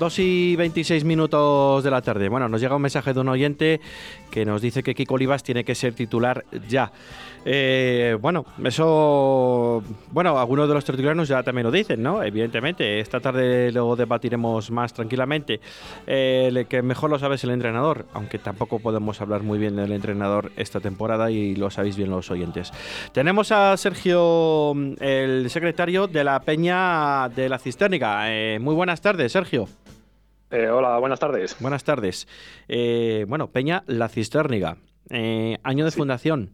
2:26 de la tarde. Bueno, nos llega un mensaje de un oyente que nos dice que Kiko Olivas tiene que ser titular ya. Eso... Bueno, algunos de los tertulianos ya también lo dicen, ¿no? Evidentemente, esta tarde lo debatiremos más tranquilamente. El que mejor lo sabe es el entrenador, aunque tampoco podemos hablar muy bien del entrenador esta temporada y lo sabéis bien los oyentes. Tenemos a Sergio, el secretario de la Peña de la Cisternica. Muy buenas tardes, Sergio. Hola, buenas tardes. Buenas tardes. Peña La Cisterniga. Año de Sí. fundación.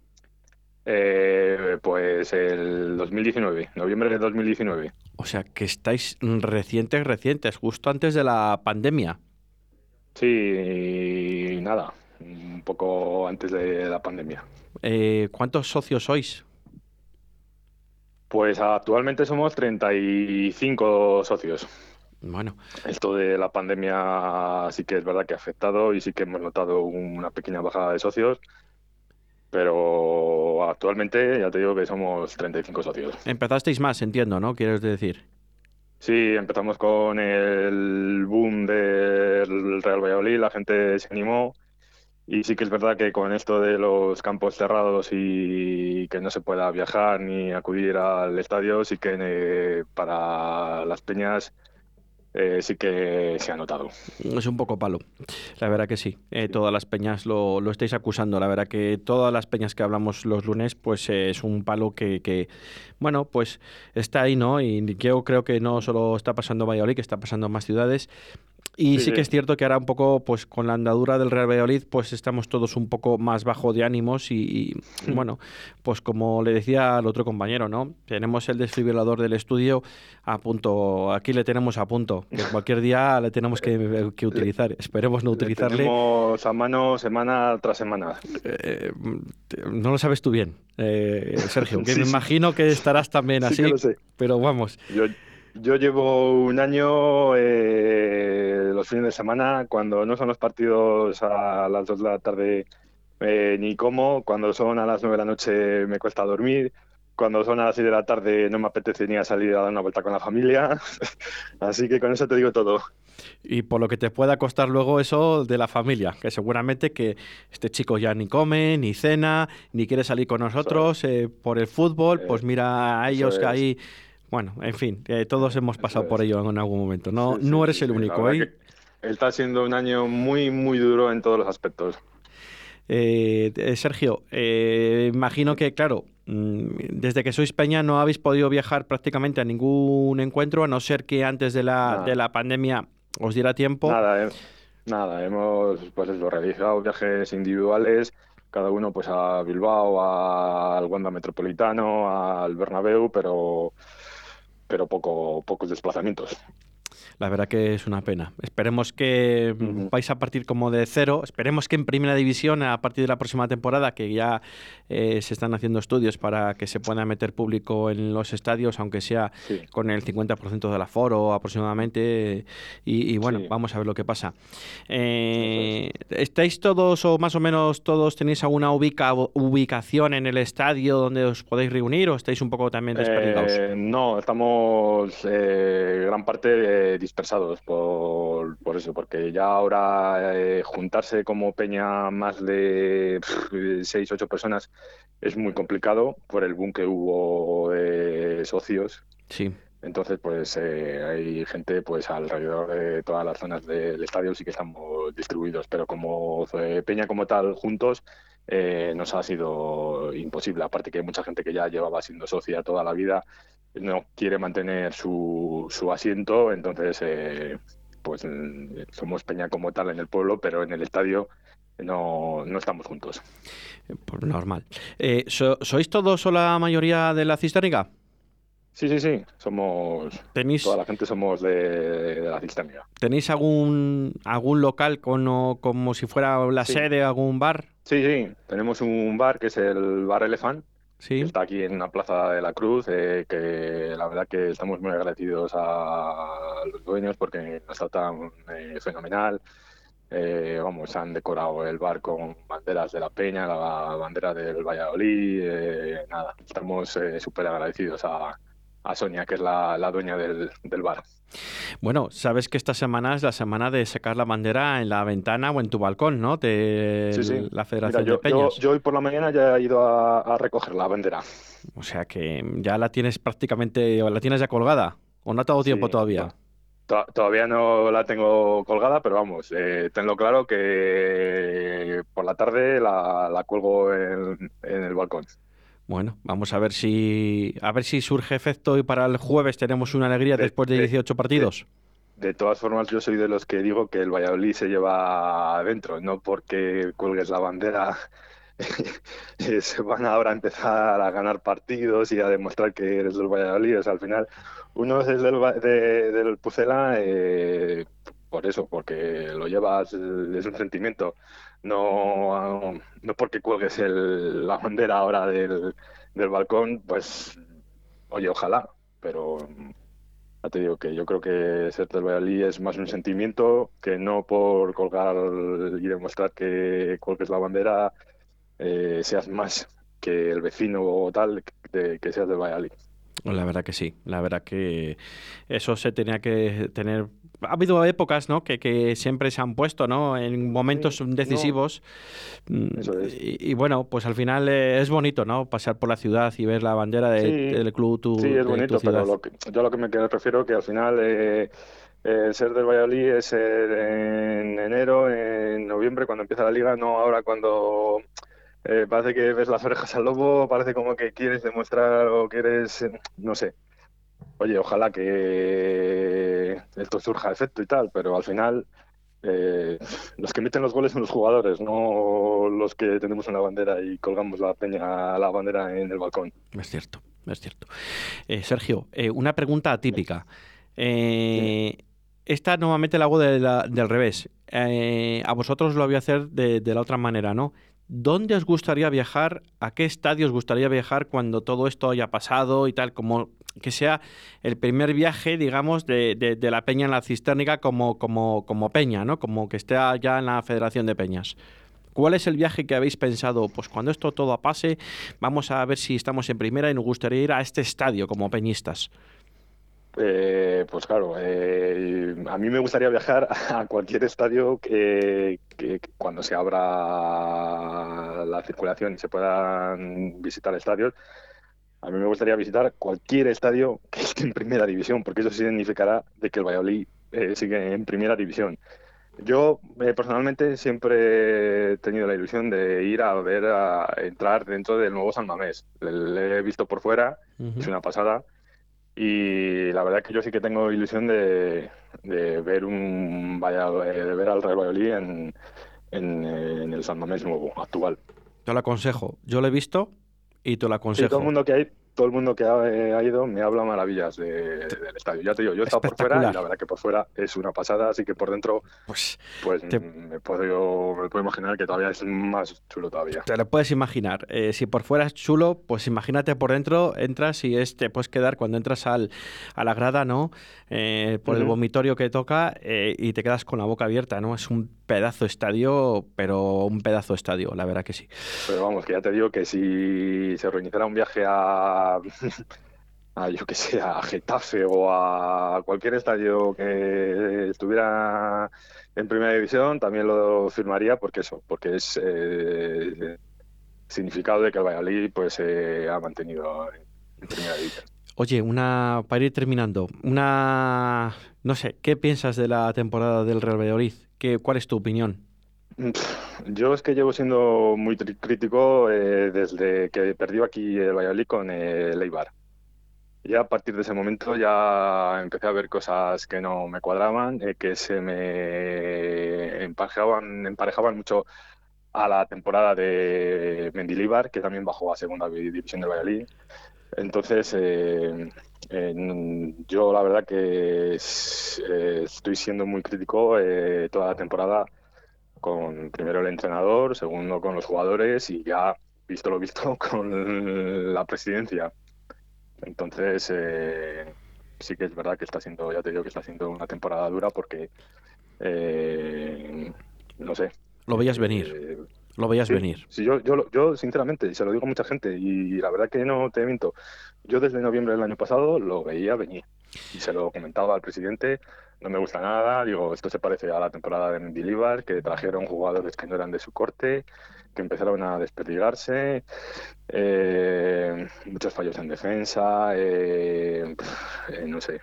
Pues el 2019, noviembre de 2019. O sea, que estáis recientes, justo antes de la pandemia. Sí, nada, un poco antes de la pandemia. ¿Cuántos socios sois? Pues actualmente somos 35 socios. Bueno, Esto de la pandemia sí que es verdad que ha afectado y sí que hemos notado una pequeña bajada de socios, pero actualmente ya te digo que somos 35 socios. empezasteis más, entiendo, ¿no? Quieres decir. Sí, empezamos con el boom del Real Valladolid, la gente se animó y sí que es verdad que con esto de los campos cerrados y que no se pueda viajar ni acudir al estadio, sí que para las peñas sí que se ha notado. Es un poco palo, la verdad que sí. Sí, Todas las peñas lo estáis acusando. La verdad que todas las peñas que hablamos los lunes, pues es un palo bueno, pues está ahí, ¿no? Y yo creo que no solo está pasando en Valladolid, que está pasando en más ciudades. Y sí, sí que sí. es cierto que ahora un poco, pues con la andadura del Real Valladolid, pues estamos todos un poco más bajo de ánimos bueno, pues como le decía al otro compañero, ¿no? Tenemos el desfibrilador del estudio a punto, aquí le tenemos a punto, que cualquier día le tenemos que Le, utilizar. Esperemos no le utilizarle. tenemos a mano semana tras semana. eh, no lo sabes tú bien, Sergio, que me Sí, sí, imagino que estarás también sí que así, lo sé. pero vamos. Yo llevo un año los fines de semana, cuando no son los partidos a las 2 de la tarde, ni como, cuando son a las 9 de la noche me cuesta dormir, cuando son a las 6 de la tarde no me apetece ni a salir a dar una vuelta con la familia, así que con eso te digo todo. Y por lo que te pueda costar luego eso de la familia, que seguramente que este chico ya ni come, ni cena, ni quiere salir con Eso es, nosotros por el fútbol, pues eh, mira a eso ellos que es, ahí, bueno, en fin, todos hemos eso pasado por es. ello en algún momento. No, Sí, no sí, eres sí, el sí. La único, verdad ¿eh? que está siendo un año muy, muy duro en todos los aspectos. Sergio, imagino Sí. que, claro, desde que sois Peña no habéis podido viajar prácticamente a ningún encuentro, a no ser que antes de de Nada, la pandemia os diera tiempo. nada, nada. Hemos, pues eso, realizado viajes individuales, cada uno pues a Bilbao, al Wanda Metropolitano, al Bernabéu, pero pocos desplazamientos. La verdad que es una pena. Esperemos que Ujú. vais a partir como de cero. Esperemos que en Primera División, a partir de la próxima temporada, que ya se están haciendo estudios para que se pueda meter público en los estadios, aunque sea Sí, con el 50% del aforo aproximadamente. Bueno, sí, vamos a ver lo que pasa. eso es. ¿Estáis todos o más o menos todos tenéis alguna ubicación en el estadio donde os podéis reunir o estáis un poco también desperdigados? No, estamos gran parte dispersados por eso, porque ya ahora juntarse como peña más de 6, 8 personas es muy complicado por el boom que hubo de socios. Sí. Entonces, pues hay gente pues alrededor de todas las zonas del estadio sí que estamos distribuidos, pero como peña como tal juntos nos ha sido imposible. Aparte que hay mucha gente que ya llevaba siendo socia toda la vida, no quiere mantener su asiento, entonces pues somos peña como tal en el pueblo, pero en el estadio no estamos juntos. Pues normal. ¿Sois todos o la mayoría de la cisterna? Sí, sí, sí, somos, toda ¿Tenéis, la gente somos de la Cisternia. tenéis algún local como si fuera la Sí, sede, algún bar? sí, sí, tenemos un bar que es el Bar Elefant, que Sí. está aquí en la Plaza de la Cruz, que la verdad que estamos muy agradecidos a los dueños porque nos tratan fenomenal. Vamos, han decorado el bar con banderas de la Peña, la bandera del Valladolid, nada, estamos súper agradecidos a Sonia, que es la dueña del bar. Bueno, sabes que esta semana es la semana de sacar la bandera en la ventana o en tu balcón, ¿no? Sí, sí. De la Mira, Federación de yo, Peñas. yo hoy por la mañana ya he ido a recoger la bandera. O sea que ya la tienes prácticamente, o la tienes ya colgada, o no te ha dado tiempo Sí, todavía. todavía no la tengo colgada, pero vamos, tenlo claro que por la tarde la cuelgo en el balcón. Bueno, vamos a ver si surge efecto y para el jueves tenemos una alegría De, después de de, 18 de, partidos. de todas formas, yo soy de los que digo que el Valladolid se lleva adentro, no porque cuelgues la bandera. Se van ahora a empezar a ganar partidos y a demostrar que eres del Valladolid. O sea, al final, uno es del Pucela por eso, porque lo llevas, es un sentimiento. No porque cuelgues la bandera ahora del balcón, pues, oye, ojalá, pero ya te digo que yo creo que ser del Valladolid es más un sentimiento que no por colgar y demostrar que cuelgues la bandera seas más que el vecino o tal que seas del Valladolid. La verdad que sí, la verdad que eso se tenía que tener. Ha habido épocas, ¿no? Que siempre se han puesto, ¿no? En momentos Sí, no, decisivos. eso es. Y bueno, pues al final es bonito, ¿no? Pasar por la ciudad y ver la bandera Sí, del club sí, es de tu bonito, pero ciudad. yo a lo que me refiero que al final ser del Valladolid es ser en enero, en noviembre, cuando empieza la liga, no ahora cuando parece que ves las orejas al lobo, parece como que quieres demostrar o quieres, no sé. Oye, ojalá que esto surja efecto y tal, pero al final los que meten los goles son los jugadores, no los que tenemos una bandera y colgamos la bandera en el balcón. Es cierto, es cierto. Sergio, una pregunta atípica. Dime. Eh, Esta normalmente la hago del revés. A vosotros lo voy a hacer de la otra manera, ¿no? ¿Dónde os gustaría viajar? ¿A qué estadio os gustaría viajar cuando todo esto haya pasado y tal? Como que sea el primer viaje, digamos, de la Peña en la Cisterna como Peña, ¿no? Como que esté ya en la Federación de Peñas. ¿Cuál es el viaje que habéis pensado? Pues cuando esto todo pase, vamos a ver si estamos en primera y nos gustaría ir a este estadio como peñistas. Pues claro, a mí me gustaría viajar a cualquier estadio que cuando se abra la circulación y se puedan visitar estadios. A mí me gustaría visitar cualquier estadio que esté en primera división, porque eso significará de que el Valladolid sigue en primera división. Yo personalmente siempre he tenido la ilusión de ir a entrar dentro del nuevo San Mamés. Le he visto por fuera, es Ujú. una pasada, y la verdad que yo sí que tengo ilusión de ver de ver al Real Valladolid en el San Mamés nuevo, actual. Te lo aconsejo. Yo lo he visto y te lo Sí, aconsejo. todo el mundo que ha ido me habla maravillas del estadio. Ya te digo, yo he estado por fuera y Espectacular. la verdad que por fuera es una pasada, así que por dentro, Pues pues te, me puedo imaginar que todavía es más chulo todavía. te lo puedes imaginar. Si por fuera es chulo, pues imagínate por dentro, entras y te puedes quedar cuando entras a la grada, ¿no? Por el Ujú. vomitorio que toca y te quedas con la boca abierta, ¿no? Es un pedazo de estadio, pero un pedazo de estadio, la verdad que sí. Pero vamos, que ya te digo que si se organizara un viaje yo que sé, a Getafe o a cualquier estadio que estuviera en primera división, también lo firmaría porque eso, porque es significado de que el Valladolid pues se ha mantenido en primera división. Oye, para ir terminando, no sé, ¿qué piensas de la temporada del Real Valladolid? ¿Cuál es tu opinión? Yo es que llevo siendo muy crítico desde que perdió aquí el Valladolid con el Eibar. Ya a partir de ese momento ya empecé a ver cosas que no me cuadraban, que se me emparejaban mucho a la temporada de Mendilibar, que también bajó a segunda división del Valladolid. Entonces, yo la verdad que estoy siendo muy crítico toda la temporada con primero el entrenador, segundo con los jugadores y ya, visto lo visto, con la presidencia. Entonces, sí que es verdad que está siendo, ya te digo que está siendo una temporada dura porque, eh, no sé, Lo veías venir. Lo veías Sí, venir. sí, yo sinceramente, y se lo digo a mucha gente, y la verdad que no te miento, yo desde noviembre del año pasado lo veía venir. Y se lo comentaba al presidente, no me gusta nada, digo, esto se parece a la temporada de Mendilibar, que trajeron jugadores que no eran de su corte, que empezaron a desperdigarse, muchos fallos en defensa, no sé,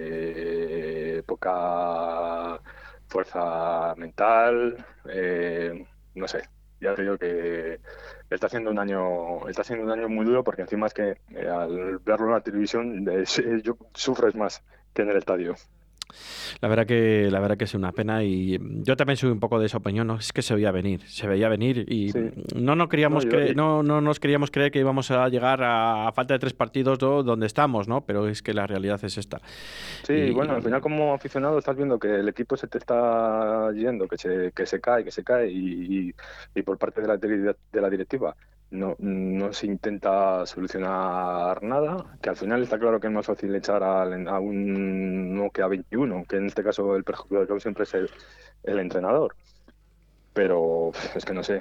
poca fuerza mental, no sé. Ya te digo que está siendo un año muy duro porque encima es que al verlo en la televisión yo sufres más que en el estadio. La verdad que es una pena y yo también soy un poco de esa opinión, ¿no? Es que se veía venir y Sí, no, no nos queríamos creer que íbamos a llegar a falta de 3 partidos, ¿no? Donde estamos, ¿no? Pero es que la realidad es esta. sí, bueno, al final Y como aficionado estás viendo que el equipo se te está yendo, que se cae y por parte de la directiva no se intenta solucionar nada, que al final está claro que es más fácil echar a uno que a 21, que en este caso el perjudicado siempre es el entrenador. Pero es que no sé,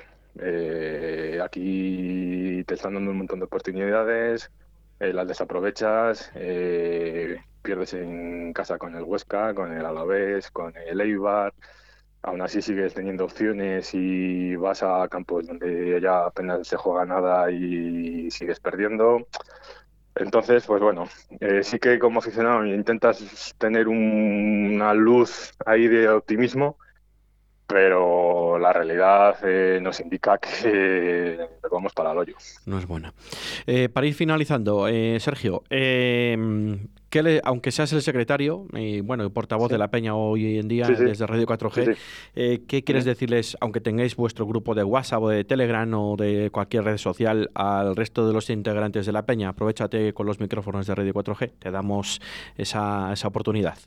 aquí te están dando un montón de oportunidades, las desaprovechas, pierdes en casa con el Huesca, con el Alavés, con el Eibar, aún así sigues teniendo opciones y vas a campos donde ya apenas se juega nada y sigues perdiendo. Entonces, pues bueno, sí que como aficionado intentas tener una luz ahí de optimismo, pero la realidad nos indica que vamos para el hoyo. no es buena. Para ir finalizando, Sergio, aunque seas el secretario y bueno, portavoz de Sí, la Peña hoy en día sí, sí, desde Radio sí, 4G, sí. ¿qué quieres Ujú. decirles, aunque tengáis vuestro grupo de WhatsApp o de Telegram o de cualquier red social, al resto de los integrantes de la Peña? Aprovechate con los micrófonos de Radio 4G, te damos esa oportunidad.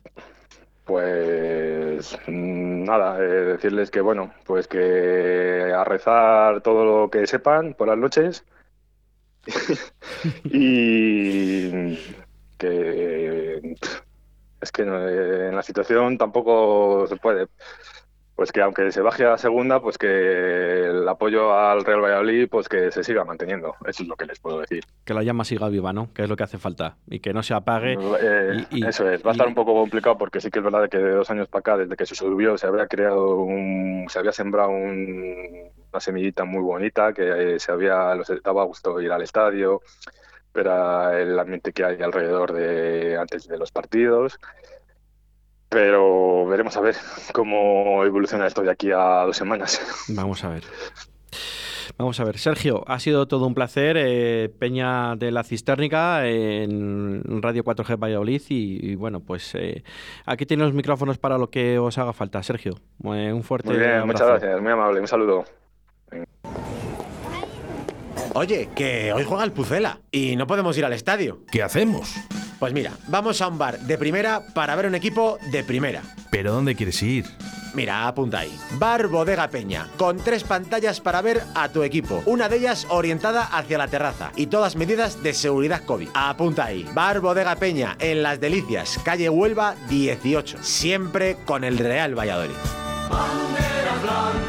Pues nada, decirles que bueno, pues que a rezar todo lo que sepan por las noches y que es que en la situación tampoco se puede. Pues que aunque se baje a segunda, pues que el apoyo al Real Valladolid, pues que se siga manteniendo. Eso es lo que les puedo decir. Que la llama siga viva, ¿no? Que es lo que hace falta y que no se apague Eso es, va a estar un poco complicado porque sí que es verdad que de 2 años para acá, desde que se subió, se había sembrado una semillita muy bonita, que les daba gusto ir al estadio, pero el ambiente que hay alrededor antes de los partidos. Pero veremos a ver cómo evoluciona esto de aquí a 2 semanas. Vamos a ver. Vamos a ver, Sergio, ha sido todo un placer. Peña de la Cistérnica en Radio 4G Valladolid y bueno, pues aquí tiene los micrófonos para lo que os haga falta, Sergio. Un Muy fuerte bien, muchas abrazo. gracias, muy amable, un saludo. Oye, que hoy juega el Pucela y no podemos ir al estadio. ¿Qué hacemos? Pues mira, vamos a un bar de primera para ver un equipo de primera. ¿Pero dónde quieres ir? Mira, apunta ahí. Bar Bodega Peña, con 3 pantallas para ver a tu equipo. Una de ellas orientada hacia la terraza y todas medidas de seguridad COVID. Apunta ahí. Bar Bodega Peña, en Las Delicias, calle Huelva 18. Siempre con el Real Valladolid. Banderas blancas.